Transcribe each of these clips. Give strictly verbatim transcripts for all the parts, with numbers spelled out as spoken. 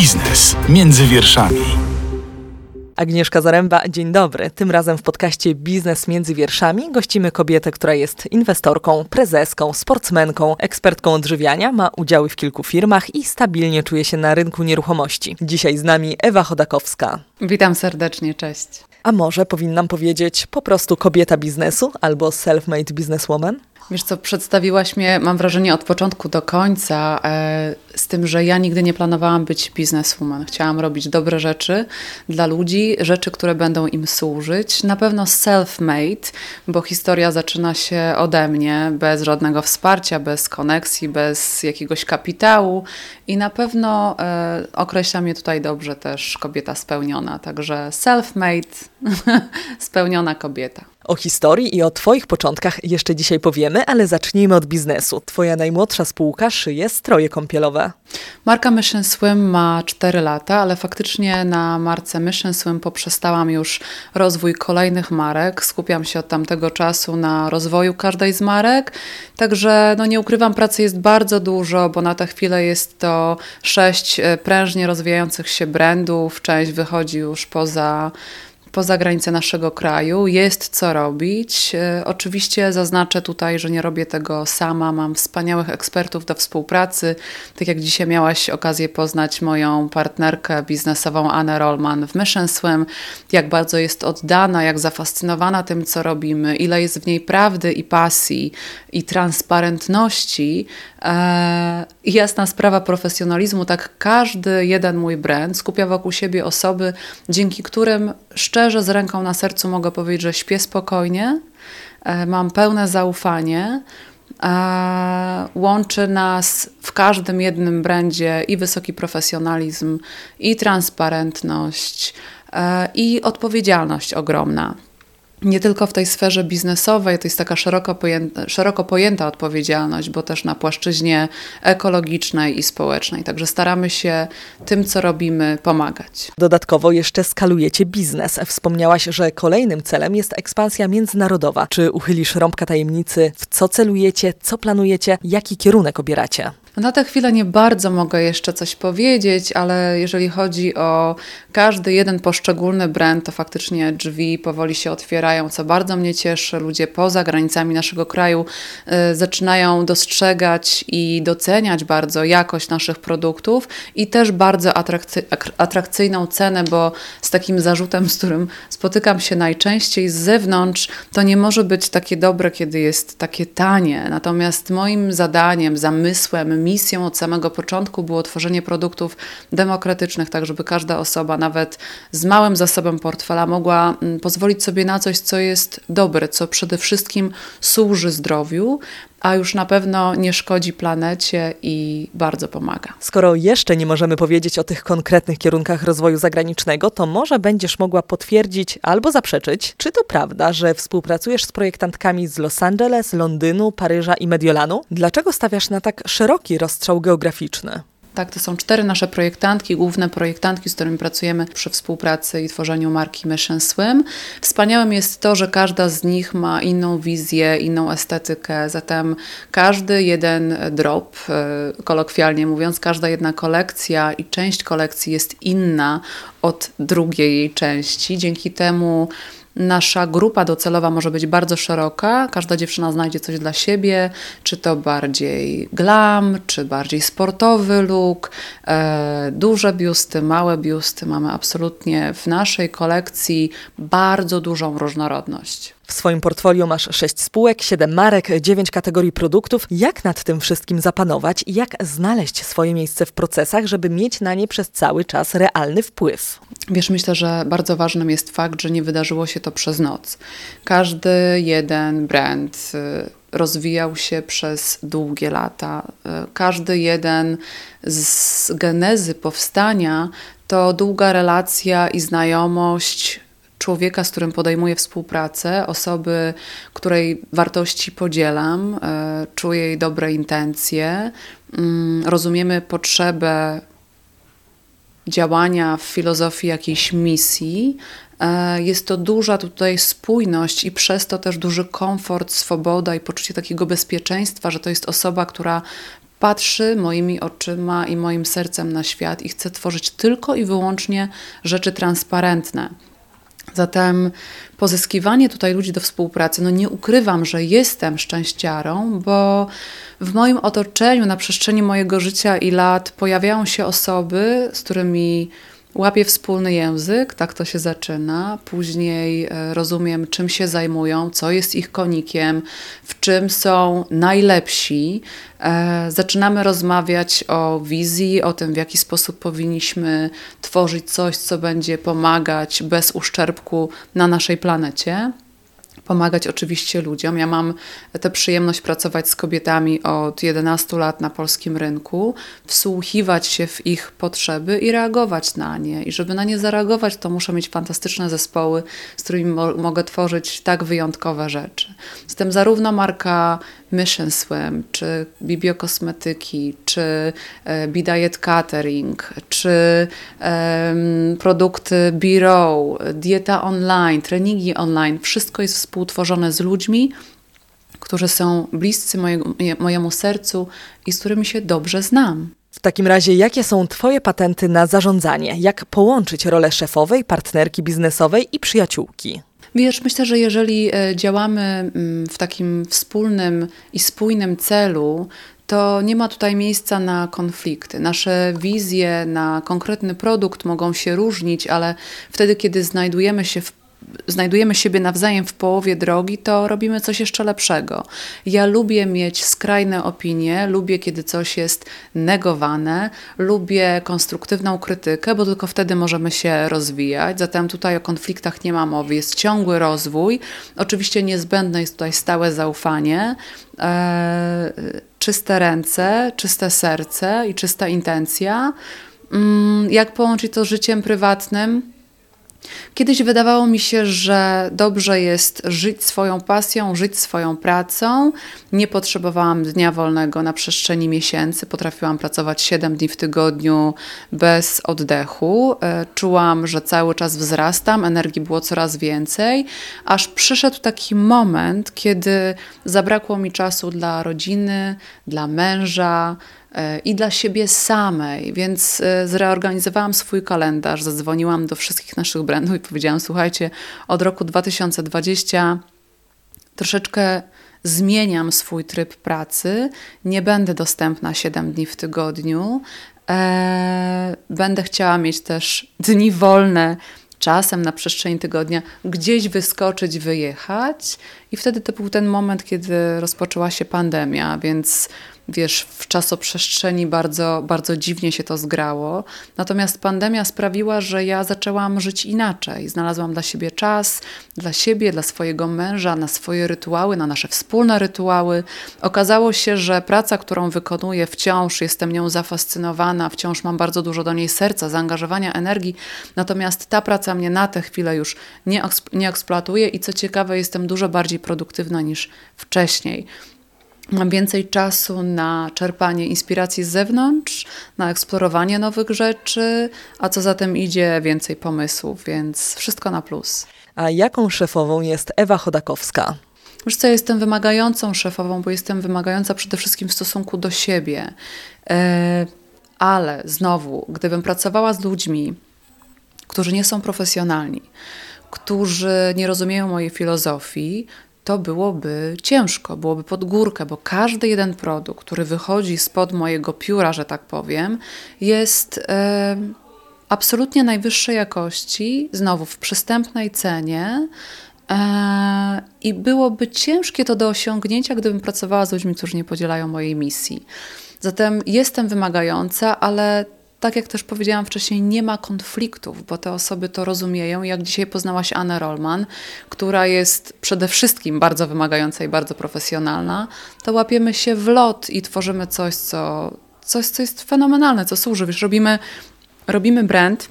Biznes między wierszami. Agnieszka Zaręba, dzień dobry. Tym razem w podcaście Biznes między wierszami gościmy kobietę, która jest inwestorką, prezeską, sportsmenką, ekspertką odżywiania, ma udziały w kilku firmach i stabilnie czuje się na rynku nieruchomości. Dzisiaj z nami Ewa Chodakowska. Witam serdecznie, cześć. A może powinnam powiedzieć po prostu kobieta biznesu albo self-made businesswoman? Wiesz co, przedstawiłaś mnie, mam wrażenie, od początku do końca e, z tym, że ja nigdy nie planowałam być bizneswoman. Chciałam robić dobre rzeczy dla ludzi, rzeczy, które będą im służyć. Na pewno self-made, bo historia zaczyna się ode mnie, bez żadnego wsparcia, bez koneksji, bez jakiegoś kapitału i na pewno e, określa mnie tutaj dobrze też kobieta spełniona. Także self-made, spełniona kobieta. O historii i o Twoich początkach jeszcze dzisiaj powiemy, ale zacznijmy od biznesu. Twoja najmłodsza spółka szyje stroje kąpielowe. Marka Mission Swim ma cztery lata, ale faktycznie na marce Mission Swim poprzestałam już rozwój kolejnych marek. Skupiam się od tamtego czasu na rozwoju każdej z marek. Także no nie ukrywam, pracy jest bardzo dużo, bo na tę chwilę jest to sześć prężnie rozwijających się brandów. Część wychodzi już poza poza granice naszego kraju. Jest co robić. E, oczywiście zaznaczę tutaj, że nie robię tego sama. Mam wspaniałych ekspertów do współpracy. Tak jak dzisiaj miałaś okazję poznać moją partnerkę biznesową Anę Rollman w Mission Swim, jak bardzo jest oddana, jak zafascynowana tym, co robimy, ile jest w niej prawdy i pasji i transparentności. E, i jasna sprawa profesjonalizmu. Tak każdy jeden mój brand skupia wokół siebie osoby, dzięki którym szczerze z ręką na sercu mogę powiedzieć, że śpię spokojnie, e, mam pełne zaufanie. E, łączy nas w każdym jednym brandzie i wysoki profesjonalizm, i transparentność, e, i odpowiedzialność ogromna. Nie tylko w tej sferze biznesowej, to jest taka szeroko pojęta, szeroko pojęta odpowiedzialność, bo też na płaszczyźnie ekologicznej i społecznej. Także staramy się tym, co robimy, pomagać. Dodatkowo jeszcze skalujecie biznes. Wspomniałaś, że kolejnym celem jest ekspansja międzynarodowa. Czy uchylisz rąbka tajemnicy, w co celujecie, co planujecie, jaki kierunek obieracie? Na tę chwilę nie bardzo mogę jeszcze coś powiedzieć, ale jeżeli chodzi o każdy jeden poszczególny brand, to faktycznie drzwi powoli się otwierają, co bardzo mnie cieszy. Ludzie poza granicami naszego kraju y, zaczynają dostrzegać i doceniać bardzo jakość naszych produktów i też bardzo atrakcy- atrakcyjną cenę, bo z takim zarzutem, z którym spotykam się najczęściej z zewnątrz, to nie może być takie dobre, kiedy jest takie tanie. Natomiast moim zadaniem, zamysłem, misją od samego początku było tworzenie produktów demokratycznych, tak żeby każda osoba, nawet z małym zasobem portfela, mogła mm, pozwolić sobie na coś, co jest dobre, co przede wszystkim służy zdrowiu, a już na pewno nie szkodzi planecie i bardzo pomaga. Skoro jeszcze nie możemy powiedzieć o tych konkretnych kierunkach rozwoju zagranicznego, to może będziesz mogła potwierdzić albo zaprzeczyć, czy to prawda, że współpracujesz z projektantkami z Los Angeles, Londynu, Paryża i Mediolanu? Dlaczego stawiasz na tak szeroki rozstrzał geograficzny? Tak, to są cztery nasze projektantki, główne projektantki, z którymi pracujemy przy współpracy i tworzeniu marki Mission Swim. Wspaniałym jest to, że każda z nich ma inną wizję, inną estetykę, zatem każdy jeden drop, kolokwialnie mówiąc, każda jedna kolekcja i część kolekcji jest inna od drugiej jej części. Dzięki temu nasza grupa docelowa może być bardzo szeroka, każda dziewczyna znajdzie coś dla siebie, czy to bardziej glam, czy bardziej sportowy look, e, duże biusty, małe biusty. Mamy absolutnie w naszej kolekcji bardzo dużą różnorodność. W swoim portfolio masz sześć spółek, siedem marek, dziewięć kategorii produktów. Jak nad tym wszystkim zapanować i jak znaleźć swoje miejsce w procesach, żeby mieć na nie przez cały czas realny wpływ? Wiesz, myślę, że bardzo ważnym jest fakt, że nie wydarzyło się to przez noc. Każdy jeden brand rozwijał się przez długie lata. Każdy jeden z genezy powstania to długa relacja i znajomość człowieka, z którym podejmuję współpracę, osoby, której wartości podzielam, e, czuję jej dobre intencje, mm, rozumiemy potrzebę działania w filozofii jakiejś misji. E, jest to duża tutaj spójność i przez to też duży komfort, swoboda i poczucie takiego bezpieczeństwa, że to jest osoba, która patrzy moimi oczyma i moim sercem na świat i chce tworzyć tylko i wyłącznie rzeczy transparentne. Zatem pozyskiwanie tutaj ludzi do współpracy, no nie ukrywam, że jestem szczęściarą, bo w moim otoczeniu na przestrzeni mojego życia i lat pojawiają się osoby, z którymi łapię wspólny język, tak to się zaczyna. Później rozumiem, czym się zajmują, co jest ich konikiem, w czym są najlepsi. Zaczynamy rozmawiać o wizji, o tym, w jaki sposób powinniśmy tworzyć coś, co będzie pomagać bez uszczerbku na naszej planecie. Pomagać oczywiście ludziom. Ja mam tę przyjemność pracować z kobietami od jedenastu lat na polskim rynku, wsłuchiwać się w ich potrzeby i reagować na nie. I żeby na nie zareagować, to muszę mieć fantastyczne zespoły, z którymi mo- mogę tworzyć tak wyjątkowe rzeczy. Zatem zarówno marka Mission Swim, czy Bibio Kosmetyki, czy e, Be-Diet Catering, czy e, produkty Be-Row, dieta online, treningi online, wszystko jest współtworzone z ludźmi, którzy są bliscy mojego, mojemu sercu i z którymi się dobrze znam. W takim razie, jakie są Twoje patenty na zarządzanie? Jak połączyć rolę szefowej, partnerki biznesowej i przyjaciółki? Wiesz, myślę, że jeżeli działamy w takim wspólnym i spójnym celu, to nie ma tutaj miejsca na konflikty. Nasze wizje na konkretny produkt mogą się różnić, ale wtedy, kiedy znajdujemy się w znajdujemy siebie nawzajem w połowie drogi, to robimy coś jeszcze lepszego. Ja lubię mieć skrajne opinie, lubię, kiedy coś jest negowane, lubię konstruktywną krytykę, bo tylko wtedy możemy się rozwijać. Zatem tutaj o konfliktach nie ma mowy, jest ciągły rozwój. Oczywiście niezbędne jest tutaj stałe zaufanie, e, czyste ręce, czyste serce i czysta intencja. Mm, jak połączyć to z życiem prywatnym? Kiedyś wydawało mi się, że dobrze jest żyć swoją pasją, żyć swoją pracą. Nie potrzebowałam dnia wolnego na przestrzeni miesięcy. Potrafiłam pracować siedem dni w tygodniu bez oddechu. Czułam, że cały czas wzrastam, energii było coraz więcej, aż przyszedł taki moment, kiedy zabrakło mi czasu dla rodziny, dla męża, i dla siebie samej, więc zreorganizowałam swój kalendarz, zadzwoniłam do wszystkich naszych brandów i powiedziałam: słuchajcie, od roku dwa tysiące dwudziestego troszeczkę zmieniam swój tryb pracy, nie będę dostępna siedem dni w tygodniu, eee, będę chciała mieć też dni wolne, czasem na przestrzeni tygodnia gdzieś wyskoczyć, wyjechać i wtedy to był ten moment, kiedy rozpoczęła się pandemia, więc wiesz, w czasoprzestrzeni bardzo, bardzo dziwnie się to zgrało. Natomiast pandemia sprawiła, że ja zaczęłam żyć inaczej. Znalazłam dla siebie czas, dla siebie, dla swojego męża, na swoje rytuały, na nasze wspólne rytuały. Okazało się, że praca, którą wykonuję, wciąż jestem nią zafascynowana, wciąż mam bardzo dużo do niej serca, zaangażowania, energii. Natomiast ta praca mnie na tę chwilę już nie, nie eksploatuje i co ciekawe, jestem dużo bardziej produktywna niż wcześniej. Mam więcej czasu na czerpanie inspiracji z zewnątrz, na eksplorowanie nowych rzeczy, a co za tym idzie, więcej pomysłów, więc wszystko na plus. A jaką szefową jest Ewa Chodakowska? Wiesz co, jestem wymagającą szefową, bo jestem wymagająca przede wszystkim w stosunku do siebie. E, ale znowu, gdybym pracowała z ludźmi, którzy nie są profesjonalni, którzy nie rozumieją mojej filozofii, to byłoby ciężko, byłoby pod górkę, bo każdy jeden produkt, który wychodzi spod mojego pióra, że tak powiem, jest e, absolutnie najwyższej jakości, znowu w przystępnej cenie e, i byłoby ciężkie to do osiągnięcia, gdybym pracowała z ludźmi, którzy nie podzielają mojej misji. Zatem jestem wymagająca, ale tak jak też powiedziałam wcześniej, nie ma konfliktów, bo te osoby to rozumieją. Jak dzisiaj poznałaś Annę Rollman, która jest przede wszystkim bardzo wymagająca i bardzo profesjonalna, to łapiemy się w lot i tworzymy coś, co, coś, co jest fenomenalne, co służy. Wiesz, robimy, robimy brand,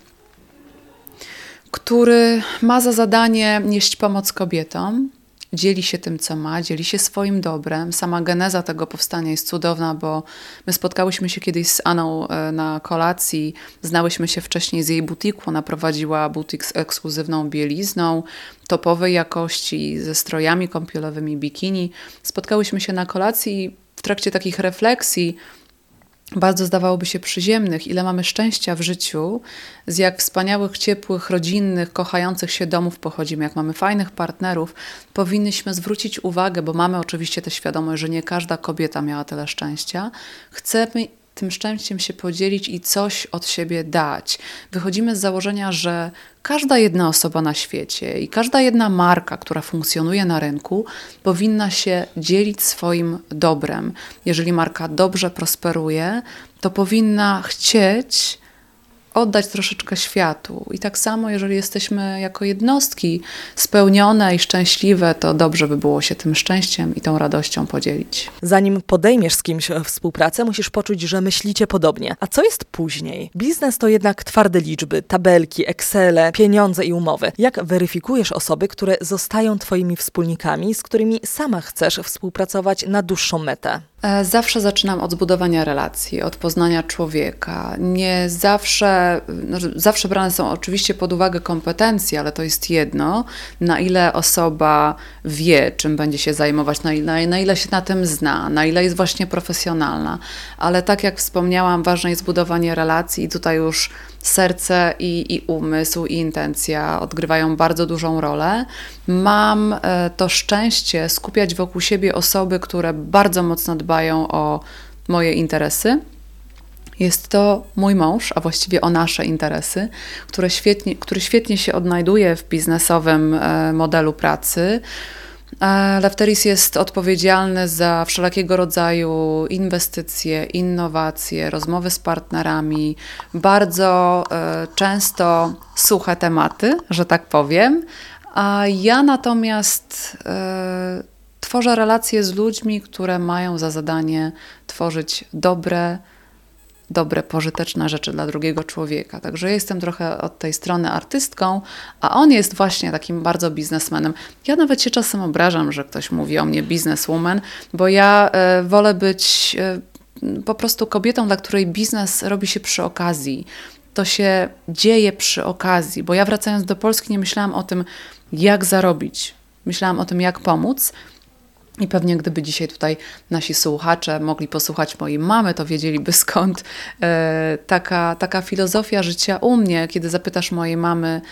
który ma za zadanie nieść pomoc kobietom, dzieli się tym, co ma, dzieli się swoim dobrem. Sama geneza tego powstania jest cudowna, bo my spotkałyśmy się kiedyś z Aną na kolacji, znałyśmy się wcześniej z jej butiku, ona prowadziła butik z ekskluzywną bielizną, topowej jakości, ze strojami kąpielowymi, bikini. Spotkałyśmy się na kolacji i w trakcie takich refleksji bardzo zdawałoby się przyziemnych, ile mamy szczęścia w życiu, z jak wspaniałych, ciepłych, rodzinnych, kochających się domów pochodzimy, jak mamy fajnych partnerów, powinnyśmy zwrócić uwagę, bo mamy oczywiście tę świadomość, że nie każda kobieta miała tyle szczęścia. Chcemy tym szczęściem się podzielić i coś od siebie dać. Wychodzimy z założenia, że każda jedna osoba na świecie i każda jedna marka, która funkcjonuje na rynku, powinna się dzielić swoim dobrem. Jeżeli marka dobrze prosperuje, to powinna chcieć oddać troszeczkę światu. I tak samo, jeżeli jesteśmy jako jednostki spełnione i szczęśliwe, to dobrze by było się tym szczęściem i tą radością podzielić. Zanim podejmiesz z kimś współpracę, musisz poczuć, że myślicie podobnie. A co jest później? Biznes to jednak twarde liczby, tabelki, Excele, pieniądze i umowy. Jak weryfikujesz osoby, które zostają twoimi wspólnikami, z którymi sama chcesz współpracować na dłuższą metę? Zawsze zaczynam od zbudowania relacji, od poznania człowieka. Nie zawsze, znaczy zawsze brane są oczywiście pod uwagę kompetencje, ale to jest jedno, na ile osoba wie, czym będzie się zajmować, na ile, na ile się na tym zna, na ile jest właśnie profesjonalna. Ale tak jak wspomniałam, ważne jest budowanie relacji i tutaj już serce i, i umysł i intencja odgrywają bardzo dużą rolę. Mam e, to szczęście skupiać wokół siebie osoby, które bardzo mocno dbają o moje interesy. Jest to mój mąż, a właściwie o nasze interesy, które świetnie, który świetnie się odnajduje w biznesowym e, modelu pracy. Lefteris jest odpowiedzialny za wszelkiego rodzaju inwestycje, innowacje, rozmowy z partnerami, bardzo e, często suche tematy, że tak powiem, a ja natomiast e, tworzę relacje z ludźmi, które mają za zadanie tworzyć dobre, dobre, pożyteczne rzeczy dla drugiego człowieka. Także ja jestem trochę od tej strony artystką, a on jest właśnie takim bardzo biznesmenem. Ja nawet się czasem obrażam, że ktoś mówi o mnie businesswoman, bo ja y, wolę być y, po prostu kobietą, dla której biznes robi się przy okazji. To się dzieje przy okazji, bo ja wracając do Polski nie myślałam o tym, jak zarobić. Myślałam o tym, jak pomóc. I pewnie gdyby dzisiaj tutaj nasi słuchacze mogli posłuchać mojej mamy, to wiedzieliby skąd e, taka, taka filozofia życia u mnie. Kiedy zapytasz mojej mamy,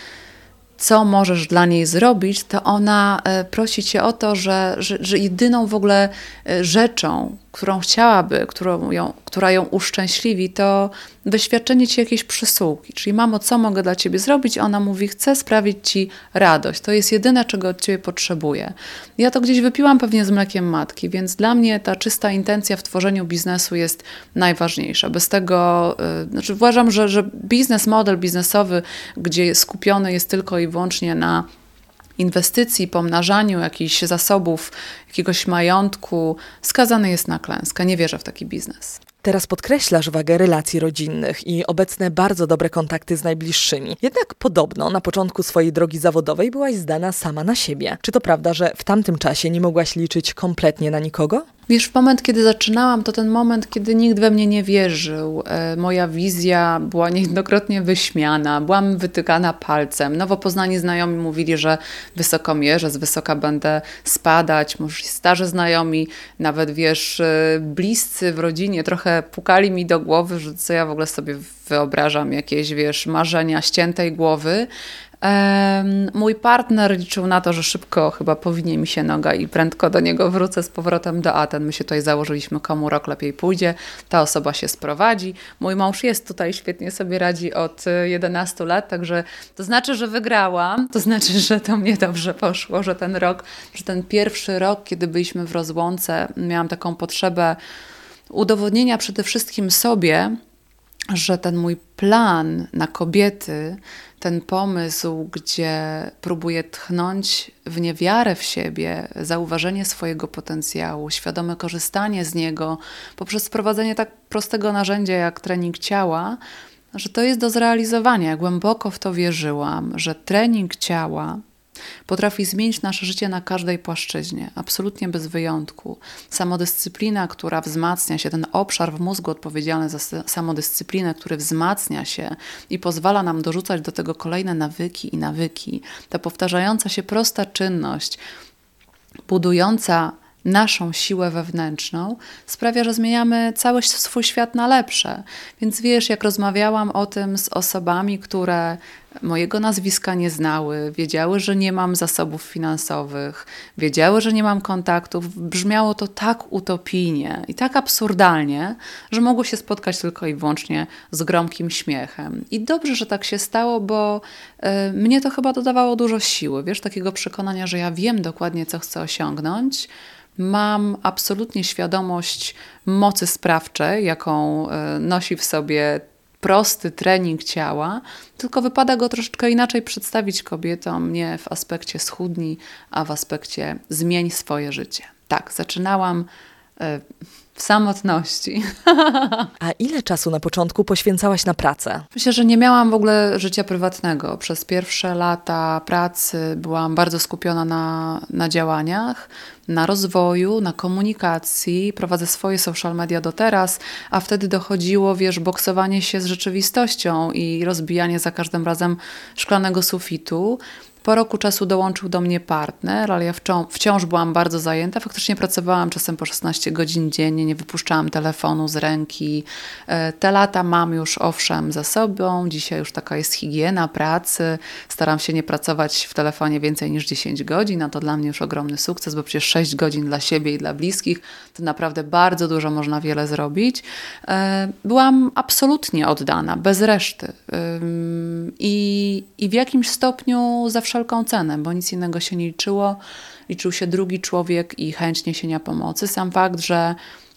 co możesz dla niej zrobić, to ona e, prosi cię o to, że, że, że jedyną w ogóle e, rzeczą, którą chciałaby, którą ją, która ją uszczęśliwi, to wyświadczenie ci jakiejś przysługi. Czyli mamo, co mogę dla ciebie zrobić? Ona mówi, chcę sprawić ci radość. To jest jedyne, czego od ciebie potrzebuję. Ja to gdzieś wypiłam pewnie z mlekiem matki, więc dla mnie ta czysta intencja w tworzeniu biznesu jest najważniejsza. Bez tego, yy, znaczy uważam, że, że biznes, model biznesowy, gdzie skupiony jest tylko i wyłącznie na inwestycji, pomnażaniu jakichś zasobów, jakiegoś majątku, skazany jest na klęskę. Nie wierzę w taki biznes. Teraz podkreślasz wagę relacji rodzinnych i obecne bardzo dobre kontakty z najbliższymi. Jednak podobno na początku swojej drogi zawodowej byłaś zdana sama na siebie. Czy to prawda, że w tamtym czasie nie mogłaś liczyć kompletnie na nikogo? Wiesz, w moment, kiedy zaczynałam, to ten moment, kiedy nikt we mnie nie wierzył. E, moja wizja była niejednokrotnie wyśmiana, byłam wytykana palcem. Nowo poznani znajomi mówili, że wysoko mierzę, z wysoka będę spadać. Może starzy znajomi, nawet wiesz, bliscy w rodzinie trochę pukali mi do głowy, że co ja w ogóle sobie wyobrażam, jakieś wiesz, marzenia ściętej głowy. Mój partner liczył na to, że szybko chyba powinie mi się noga i prędko do niego wrócę z powrotem do Aten. My się tutaj założyliśmy, komu rok lepiej pójdzie, ta osoba się sprowadzi. Mój mąż jest tutaj, świetnie sobie radzi od jedenastu lat, także to znaczy, że wygrałam, to znaczy, że to mnie dobrze poszło, że ten rok, że ten pierwszy rok, kiedy byliśmy w rozłące, miałam taką potrzebę udowodnienia przede wszystkim sobie, że ten mój plan na kobiety, ten pomysł, gdzie próbuję tchnąć w niewiarę w siebie, zauważenie swojego potencjału, świadome korzystanie z niego poprzez wprowadzenie tak prostego narzędzia jak trening ciała, że to jest do zrealizowania. Ja głęboko w to wierzyłam, że trening ciała potrafi zmienić nasze życie na każdej płaszczyźnie, absolutnie bez wyjątku. Samodyscyplina, która wzmacnia się, ten obszar w mózgu odpowiedzialny za samodyscyplinę, który wzmacnia się i pozwala nam dorzucać do tego kolejne nawyki i nawyki. Ta powtarzająca się prosta czynność, budująca naszą siłę wewnętrzną sprawia, że zmieniamy cały swój świat na lepsze. Więc wiesz, jak rozmawiałam o tym z osobami, które mojego nazwiska nie znały, wiedziały, że nie mam zasobów finansowych, wiedziały, że nie mam kontaktów, brzmiało to tak utopijnie i tak absurdalnie, że mogło się spotkać tylko i wyłącznie z gromkim śmiechem. I dobrze, że tak się stało, bo y, mnie to chyba dodawało dużo siły, wiesz, takiego przekonania, że ja wiem dokładnie, co chcę osiągnąć. Mam absolutnie świadomość mocy sprawczej, jaką y, nosi w sobie prosty trening ciała, tylko wypada go troszeczkę inaczej przedstawić kobietom, nie w aspekcie schudnij, a w aspekcie zmień swoje życie. Tak, zaczynałam y, w samotności. A ile czasu na początku poświęcałaś na pracę? Myślę, że nie miałam w ogóle życia prywatnego. Przez pierwsze lata pracy byłam bardzo skupiona na, na działaniach, na rozwoju, na komunikacji. Prowadzę swoje social media do teraz, a wtedy dochodziło, wiesz, boksowanie się z rzeczywistością i rozbijanie za każdym razem szklanego sufitu. Po roku czasu dołączył do mnie partner, ale ja wciąż, wciąż byłam bardzo zajęta. Faktycznie pracowałam czasem po szesnaście godzin dziennie, nie wypuszczałam telefonu z ręki. Te lata mam już owszem za sobą. Dzisiaj już taka jest higiena pracy. Staram się nie pracować w telefonie więcej niż dziesięć godzin, a to dla mnie już ogromny sukces, bo przecież sześć godzin dla siebie i dla bliskich to naprawdę bardzo dużo, można wiele zrobić. Byłam absolutnie oddana, bez reszty. I, i w jakimś stopniu zawsze wszelką cenę, bo nic innego się nie liczyło. Liczył się drugi człowiek i chęć niesienia pomocy. Sam fakt, że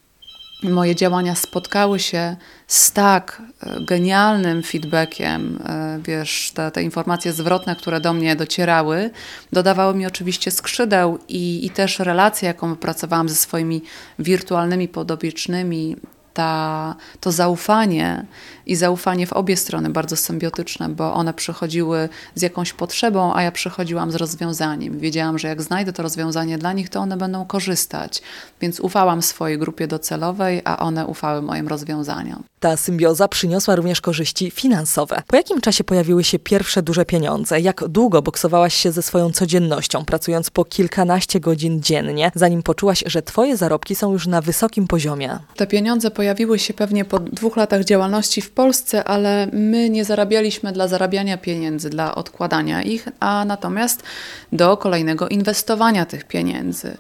moje działania spotkały się z tak genialnym feedbackiem, wiesz, te, te informacje zwrotne, które do mnie docierały, dodawały mi oczywiście skrzydeł i, i też relacja, jaką wypracowałam ze swoimi wirtualnymi podopiecznymi, Ta, to zaufanie i zaufanie w obie strony bardzo symbiotyczne, bo one przychodziły z jakąś potrzebą, a ja przychodziłam z rozwiązaniem. Wiedziałam, że jak znajdę to rozwiązanie dla nich, to one będą korzystać. Więc ufałam swojej grupie docelowej, a one ufały moim rozwiązaniom. Ta symbioza przyniosła również korzyści finansowe. Po jakim czasie pojawiły się pierwsze duże pieniądze? Jak długo boksowałaś się ze swoją codziennością, pracując po kilkanaście godzin dziennie, zanim poczułaś, że twoje zarobki są już na wysokim poziomie? Te pieniądze pojawiły się pewnie po dwóch latach działalności w Polsce, ale my nie zarabialiśmy dla zarabiania pieniędzy, dla odkładania ich, a natomiast do kolejnego inwestowania tych pieniędzy.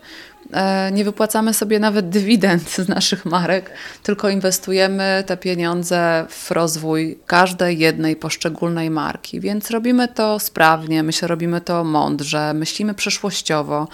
Nie wypłacamy sobie nawet dywidend z naszych marek, tylko inwestujemy te pieniądze w rozwój każdej jednej poszczególnej marki. Więc robimy to sprawnie, myślę, robimy to mądrze, myślimy przyszłościowo,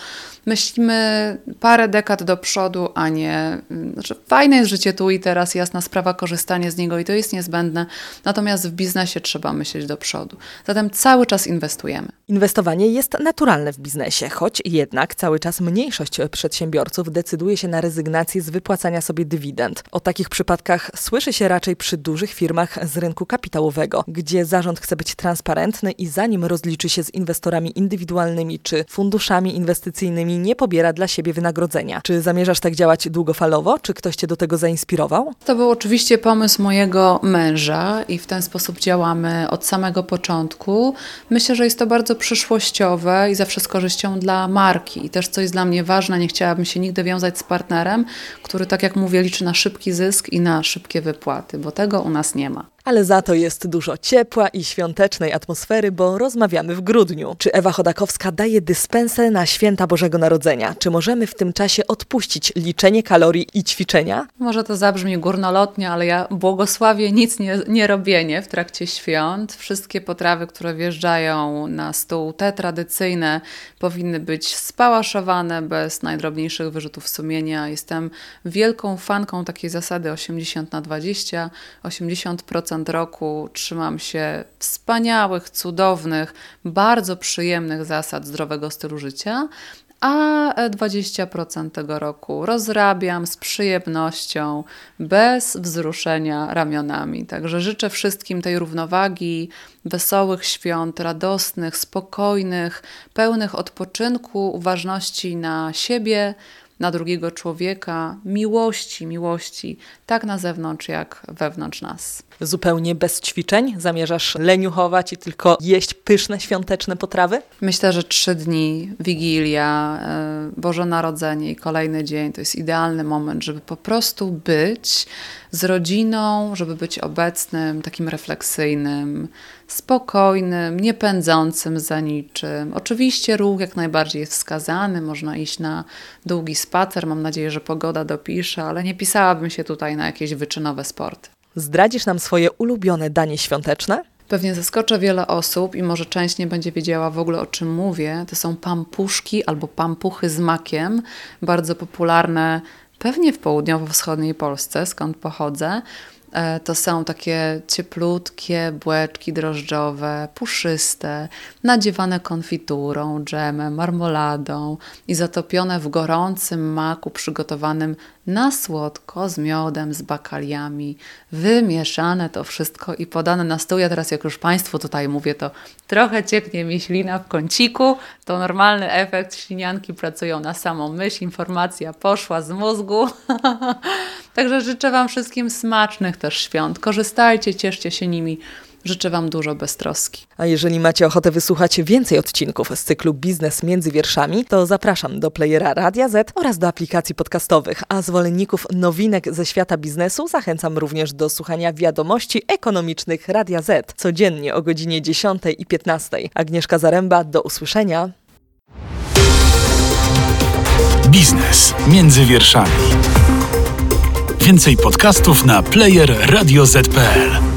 myślimy parę dekad do przodu, a nie... Znaczy, fajne jest życie tu i teraz, jasna sprawa, korzystanie z niego i to jest niezbędne, natomiast w biznesie trzeba myśleć do przodu. Zatem cały czas inwestujemy. Inwestowanie jest naturalne w biznesie, choć jednak cały czas mniejszość przedsiębiorców decyduje się na rezygnację z wypłacania sobie dywidend. O takich przypadkach słyszy się raczej przy dużych firmach z rynku kapitałowego, gdzie zarząd chce być transparentny i zanim rozliczy się z inwestorami indywidualnymi czy funduszami inwestycyjnymi, nie pobiera dla siebie wynagrodzenia. Czy zamierzasz tak działać długofalowo? Czy ktoś cię do tego zainspirował? To był oczywiście pomysł mojego męża i w ten sposób działamy od samego początku. Myślę, że jest to bardzo przyszłościowe i zawsze z korzyścią dla marki. I też co jest dla mnie ważne, nie chciałabym się nigdy wiązać z partnerem, który, tak jak mówię, liczy na szybki zysk i na szybkie wypłaty, bo tego u nas nie ma. Ale za to jest dużo ciepła i świątecznej atmosfery, bo rozmawiamy w grudniu. Czy Ewa Chodakowska daje dyspensę na święta Bożego Narodzenia? Czy możemy w tym czasie odpuścić liczenie kalorii i ćwiczenia? Może to zabrzmi górnolotnie, ale ja błogosławię nic nie, nie robienie w trakcie świąt. Wszystkie potrawy, które wjeżdżają na stół, te tradycyjne, powinny być spałaszowane bez najdrobniejszych wyrzutów sumienia. Jestem wielką fanką takiej zasady osiemdziesiąt na dwadzieścia. osiemdziesiąt procent roku trzymam się wspaniałych, cudownych, bardzo przyjemnych zasad zdrowego stylu życia, a dwadzieścia procent tego roku rozrabiam z przyjemnością, bez wzruszenia ramionami. Także życzę wszystkim tej równowagi, wesołych świąt, radosnych, spokojnych, pełnych odpoczynku, uważności na siebie, na drugiego człowieka miłości, miłości, tak na zewnątrz, jak wewnątrz nas. Zupełnie bez ćwiczeń? Zamierzasz leniuchować i tylko jeść pyszne, świąteczne potrawy? Myślę, że trzy dni, Wigilia, Boże Narodzenie i kolejny dzień to jest idealny moment, żeby po prostu być z rodziną, żeby być obecnym, takim refleksyjnym, spokojnym, nie pędzącym za niczym. Oczywiście ruch jak najbardziej jest wskazany, można iść na długi spacer, mam nadzieję, że pogoda dopisze, ale nie pisałabym się tutaj na jakieś wyczynowe sporty. Zdradzisz nam swoje ulubione danie świąteczne? Pewnie zaskoczę wiele osób i może część nie będzie wiedziała w ogóle, o czym mówię. To są pampuszki albo pampuchy z makiem, bardzo popularne pewnie w południowo-wschodniej Polsce, skąd pochodzę. To są takie cieplutkie bułeczki drożdżowe, puszyste, nadziewane konfiturą, dżemem, marmoladą i zatopione w gorącym maku przygotowanym na słodko, z miodem, z bakaliami. Wymieszane to wszystko i podane na stół. Ja teraz, jak już Państwu tutaj mówię, to trochę cieknie mi ślina w kąciku. To normalny efekt. Ślinianki pracują na samą myśl. Informacja poszła z mózgu. Także życzę Wam wszystkim smacznych też świąt. Korzystajcie, cieszcie się nimi. Życzę Wam dużo beztroski. A jeżeli macie ochotę wysłuchać więcej odcinków z cyklu Biznes między wierszami, to zapraszam do playera Radia Z oraz do aplikacji podcastowych, a zwolenników nowinek ze świata biznesu zachęcam również do słuchania wiadomości ekonomicznych Radia Z codziennie o godzinie dziesiątej i piętnastej. Agnieszka Zaręba, do usłyszenia. Biznes między wierszami. Więcej podcastów na player radio zet kropka pe el.